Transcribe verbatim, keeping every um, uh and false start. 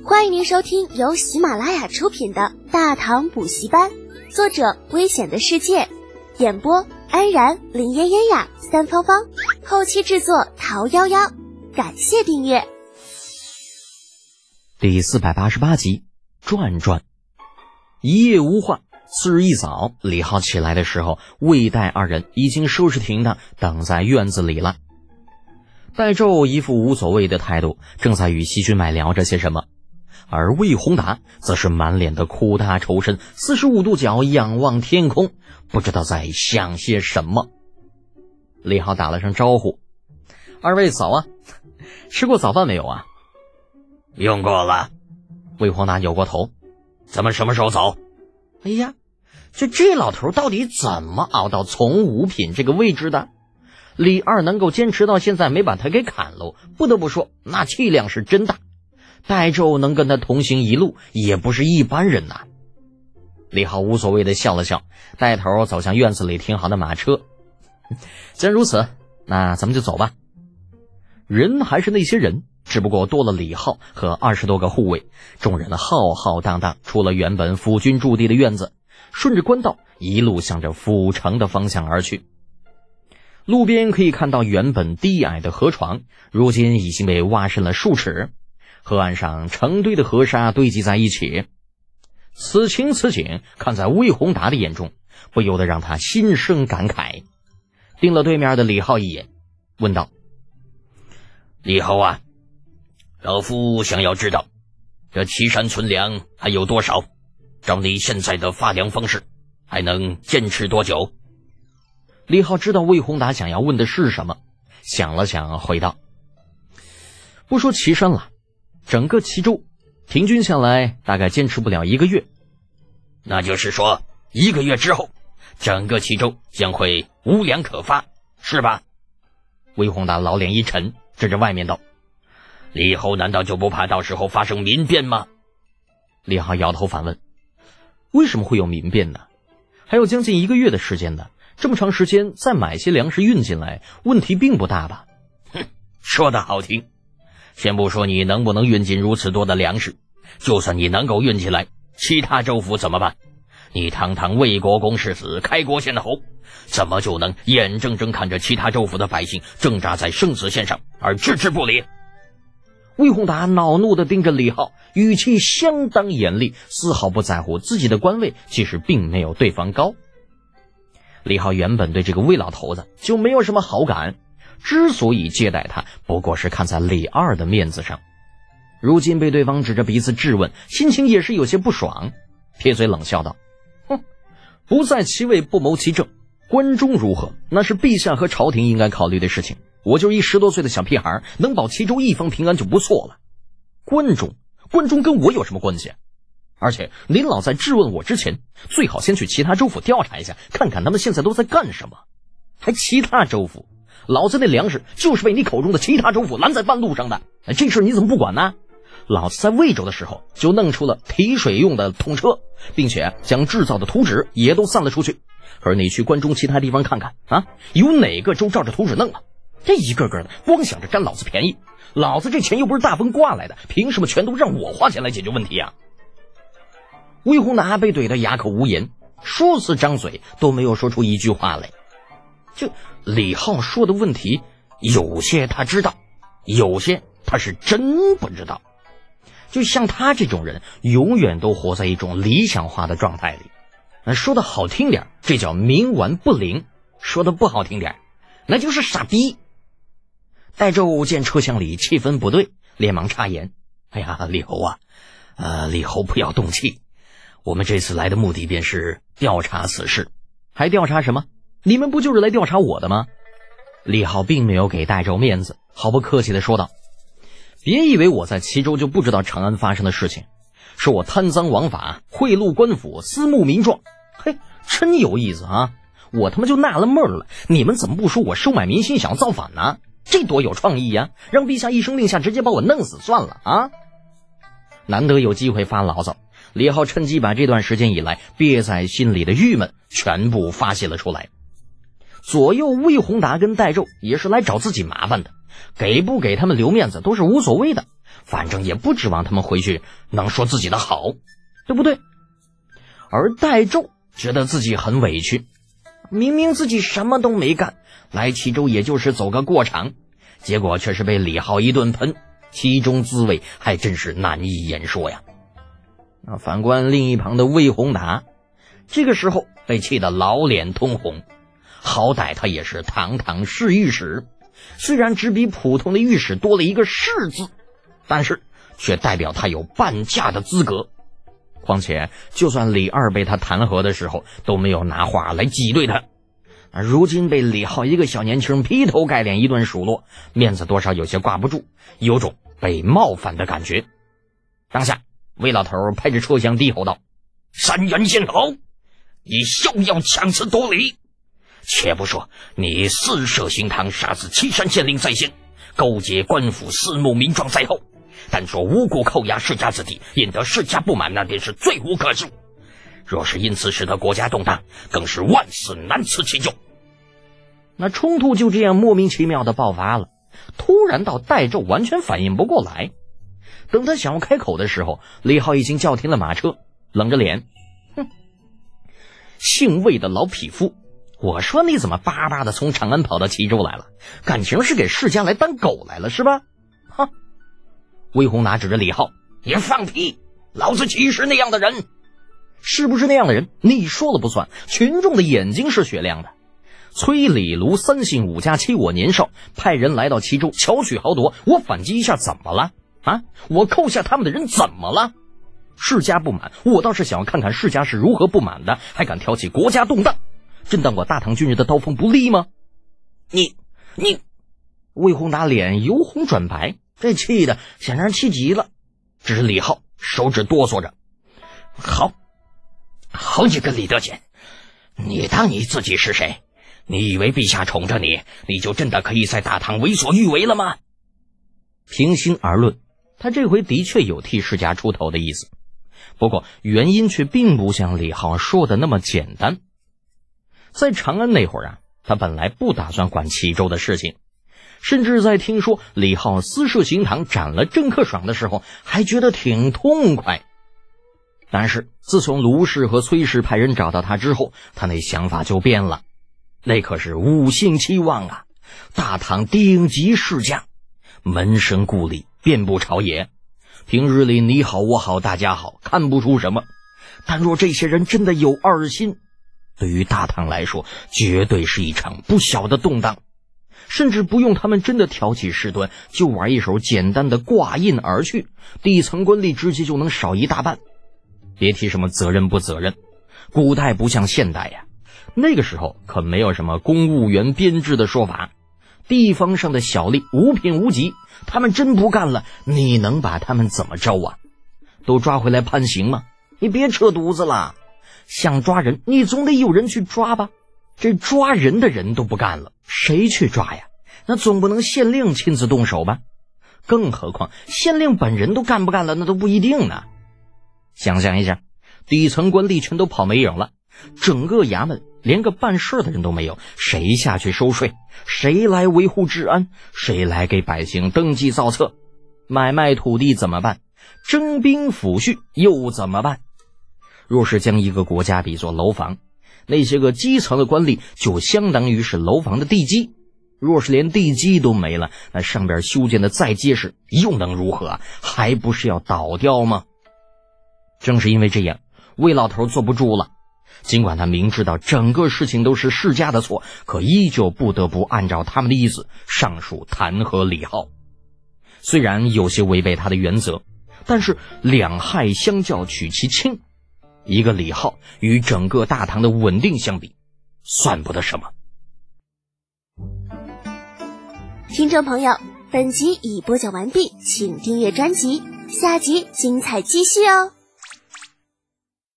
欢迎您收听由喜马拉雅出品的《大唐补习班》，作者危险的世界，演播安然、林嫣嫣呀、三芳芳，后期制作桃夭夭。感谢订阅。 第四百八十八集，转转。一夜无话，次日一早，李浩起来的时候，魏代二人已经收拾停当，等在院子里了。戴胄一副无所谓的态度，正在与西君买聊着些什么，而魏宏达则是满脸的苦大仇深，四十五度角仰望天空，不知道在想些什么。李浩打了声招呼：“二位早啊，吃过早饭没有啊？”“ 用过了。” 魏宏达扭过头：“ 咱们什么时候走？”“ 哎呀，就这老头到底怎么熬到从五品这个位置的？李二能够坚持到现在没把他给砍了，不得不说那气量是真大。戴胄能跟他同行一路，也不是一般人呐、啊。”李浩无所谓的笑了笑，带头走向院子里停好的马车。既然如此，那咱们就走吧。人还是那些人，只不过多了李浩和二十多个护卫，众人浩浩荡荡出了原本府军驻地的院子，顺着官道一路向着府城的方向而去。路边可以看到原本低矮的河床，如今已经被挖深了数尺，河岸上成堆的河沙堆积在一起。此情此景，看在魏宏达的眼中，不由得让他心生感慨，盯了对面的李浩一眼，问道：“ 李侯啊，老夫想要知道，这岐山存粮还有多少？照你现在的发粮方式，还能坚持多久？” 李浩知道魏宏达想要问的是什么，想了想回道：“不说岐山了，整个齐州平均下来大概坚持不了一个月。”“ 那就是说一个月之后，整个齐州将会无粮可发，是吧？” 魏宏达老脸一沉，指着外面道：“ 李侯难道就不怕到时候发生民变吗？” 李浩摇头反问：“为什么会有民变呢？还有将近一个月的时间呢，这么长时间再买些粮食运进来，问题并不大吧？”“ 哼，说得好听。先不说你能不能运进如此多的粮食，就算你能够运进来，其他州府怎么办？你堂堂魏国公世子，开国先侯，怎么就能眼睁睁看着其他州府的百姓挣扎在生死线上而置之不理？” 魏宏达恼怒地盯着李浩，语气相当严厉，丝毫不在乎自己的官位其实并没有对方高。李浩原本对这个魏老头子就没有什么好感，之所以接待他，不过是看在李二的面子上。如今被对方指着鼻子质问，心情也是有些不爽，撇嘴冷笑道：“哼，不在其位不谋其政，关中如何，那是陛下和朝廷应该考虑的事情。我就是一十多岁的小屁孩，能保齐州一方平安就不错了。关中，关中跟我有什么关系？而且您老在质问我之前，最好先去其他州府调查一下，看看他们现在都在干什么。还其他州府，老子那粮食就是被你口中的其他州府拦在半路上的，这事你怎么不管呢？老子在魏州的时候就弄出了提水用的桶车，并且将制造的图纸也都散了出去。而你去关中其他地方看看啊，有哪个州照着图纸弄了？这一个个的光想着占老子便宜，老子这钱又不是大风刮来的，凭什么全都让我花钱来解决问题啊？”魏宏达被怼得哑口无言，数次张嘴都没有说出一句话来。就李浩说的问题，有些他知道，有些他是真不知道。就像他这种人，永远都活在一种理想化的状态里。说的好听点，这叫冥顽不灵；说的不好听点，那就是傻逼。戴胄见车厢里气氛不对，连忙插言：“哎呀，李侯啊，呃，李侯不要动气。我们这次来的目的便是调查此事。”“还调查什么？你们不就是来调查我的吗？”李浩并没有给戴胄面子，毫不客气地说道：“别以为我在齐州就不知道长安发生的事情，是我贪赃枉法，贿赂官府，私募民壮。嘿，真有意思啊！我他妈就纳了闷了，你们怎么不说我收买民心想要造反呢？这多有创意呀！让陛下一声令下，直接把我弄死算了啊！”难得有机会发牢骚，李浩趁机把这段时间以来憋在心里的郁闷全部发泄了出来。左右魏宏达跟戴胄也是来找自己麻烦的，给不给他们留面子都是无所谓的， 反正也不指望他们回去能说自己的好，对不对？而戴胄觉得自己很委屈，明明自己什么都没干，来齐州也就是走个过场，结果却是被李浩一顿喷，其中滋味还真是难以言说呀。那反观另一旁的魏宏达，这个时候被气得老脸通红，好歹他也是堂堂侍御史，虽然只比普通的御史多了一个士字，但是却代表他有半价的资格。况且就算李二被他弹劾的时候都没有拿话来挤兑他，如今被李浩一个小年轻劈头盖脸一顿数落，面子多少有些挂不住，有种被冒犯的感觉。当下魏老头拍着车厢低吼道：山原县侯，你休要强词夺理！且不说你私设行堂杀死岐山县令在先，勾结官府私募民壮在后，单说无故扣押世家子弟，引得世家不满，那便是罪无可恕。若是因此使得国家动荡，更是万死难辞其咎。那冲突就这样莫名其妙的爆发了，突然到戴胄完全反应不过来。等他想要开口的时候，李浩已经叫停了马车，冷着脸，哼，姓魏的老匹夫，我说你怎么巴巴的从长安跑到齐州来了？感情是给世家来当狗来了是吧？哈！魏宏达指着李浩：你放屁！老子岂是那样的人？是不是那样的人你说了不算，群众的眼睛是雪亮的。崔李卢三姓五家欺我年少，派人来到齐州巧取豪夺，我反击一下怎么了啊？我扣下他们的人怎么了？世家不满，我倒是想要看看世家是如何不满的，还敢挑起国家动荡，真当我大唐军人的刀锋不利吗？你你魏宏达脸由红转白，这气的显然气急了。只是李浩手指哆嗦着：好好你个李德俭，你当你自己是谁？你以为陛下宠着你，你就真的可以在大唐为所欲为了吗？平心而论，他这回的确有替世家出头的意思，不过原因却并不像李浩说的那么简单。在长安那会儿啊，他本来不打算管齐州的事情，甚至在听说李浩私设行堂斩了郑克爽的时候还觉得挺痛快。但是自从卢氏和崔氏派人找到他之后，他那想法就变了。那可是五姓期望啊，大唐顶级世家，门生故吏遍布朝野，平日里你好我好大家好，看不出什么。但若这些人真的有二心，对于大唐来说绝对是一场不小的动荡，甚至不用他们真的挑起事端，就玩一手简单的挂印而去，底层官吏直接就能少一大半。别提什么责任不责任，古代不像现代呀，那个时候可没有什么公务员编制的说法，地方上的小吏无品无级，他们真不干了，你能把他们怎么着啊？都抓回来判刑吗？你别扯犊子了，想抓人你总得有人去抓吧，这抓人的人都不干了，谁去抓呀？那总不能县令亲自动手吧？更何况县令本人都干不干了，那都不一定呢。想象一下，底层官吏全都跑没影了，整个衙门连个办事的人都没有，谁下去收税？谁来维护治安？谁来给百姓登记造册？买卖土地怎么办？征兵抚恤又怎么办？若是将一个国家比作楼房，那些个基层的官吏就相当于是楼房的地基，若是连地基都没了，那上边修建的再结实又能如何啊？还不是要倒掉吗？正是因为这样，魏老头坐不住了，尽管他明知道整个事情都是世家的错，可依旧不得不按照他们的意思上书弹劾李浩。虽然有些违背他的原则，但是两害相较取其轻，一个李浩与整个大唐的稳定相比，算不得什么。 听众朋友，本集已播讲完毕，请订阅专辑，下集精彩继续哦。